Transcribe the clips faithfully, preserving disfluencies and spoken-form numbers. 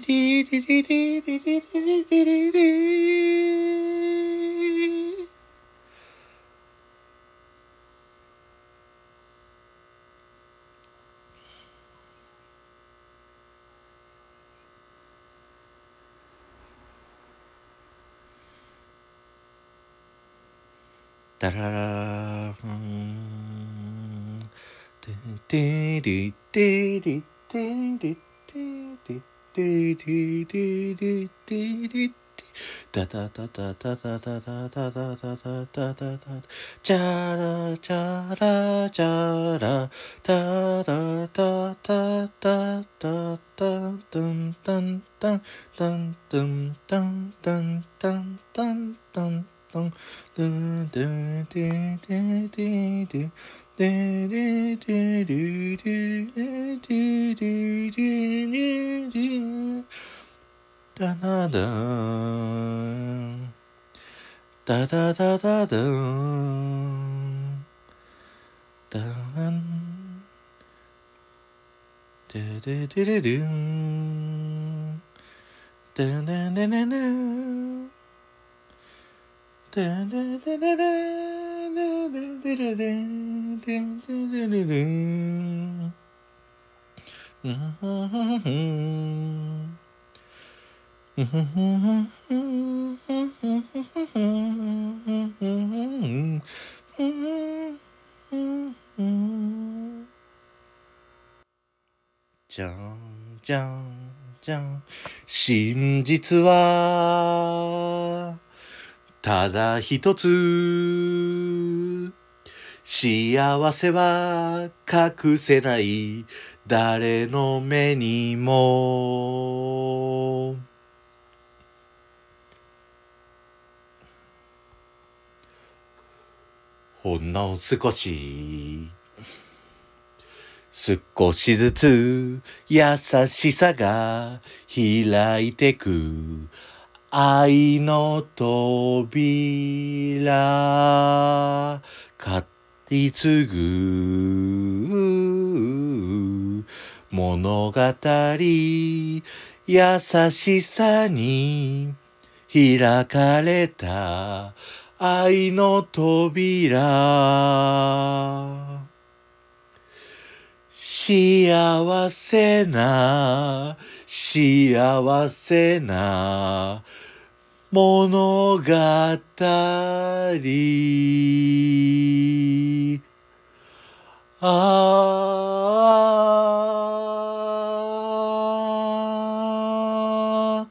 リリリリリリリリリリダララーンテリテリテリテリテリテリテリダダダダダダダダダダダダダダチャラチャラチャラタダダダダダダタンタンタンタンタンタンタンタンタンタンタンドゥドゥドゥドゥドゥドゥドゥドゥドゥドゥドゥドゥドゥドゥドゥドゥダダダンダダダダダンダンデデデデデンデデデデデンデデデデデンデデデデデンデデデデデンうんうんうんじゃんじゃんじゃん真実はただ一つ幸せは隠せない誰の目にもほんの少し少しずつ優しさが開いてく愛の扉かり継ぐ物語優しさに開かれた愛の扉幸せな幸せな物語あー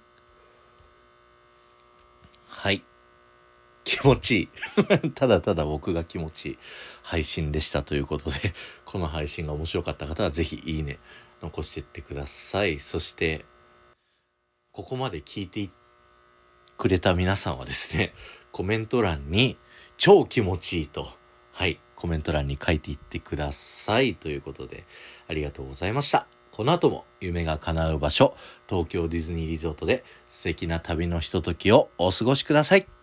はい気持ちいいただただ僕が気持ちいい配信でしたということでこの配信が面白かった方はぜひいいね残してってください。そしてここまで聞いてくれた皆さんはですねコメント欄に超気持ちいいとはいコメント欄に書いていってくださいということでありがとうございました。この後も夢が叶う場所東京ディズニーリゾートで素敵な旅のひとときをお過ごしください。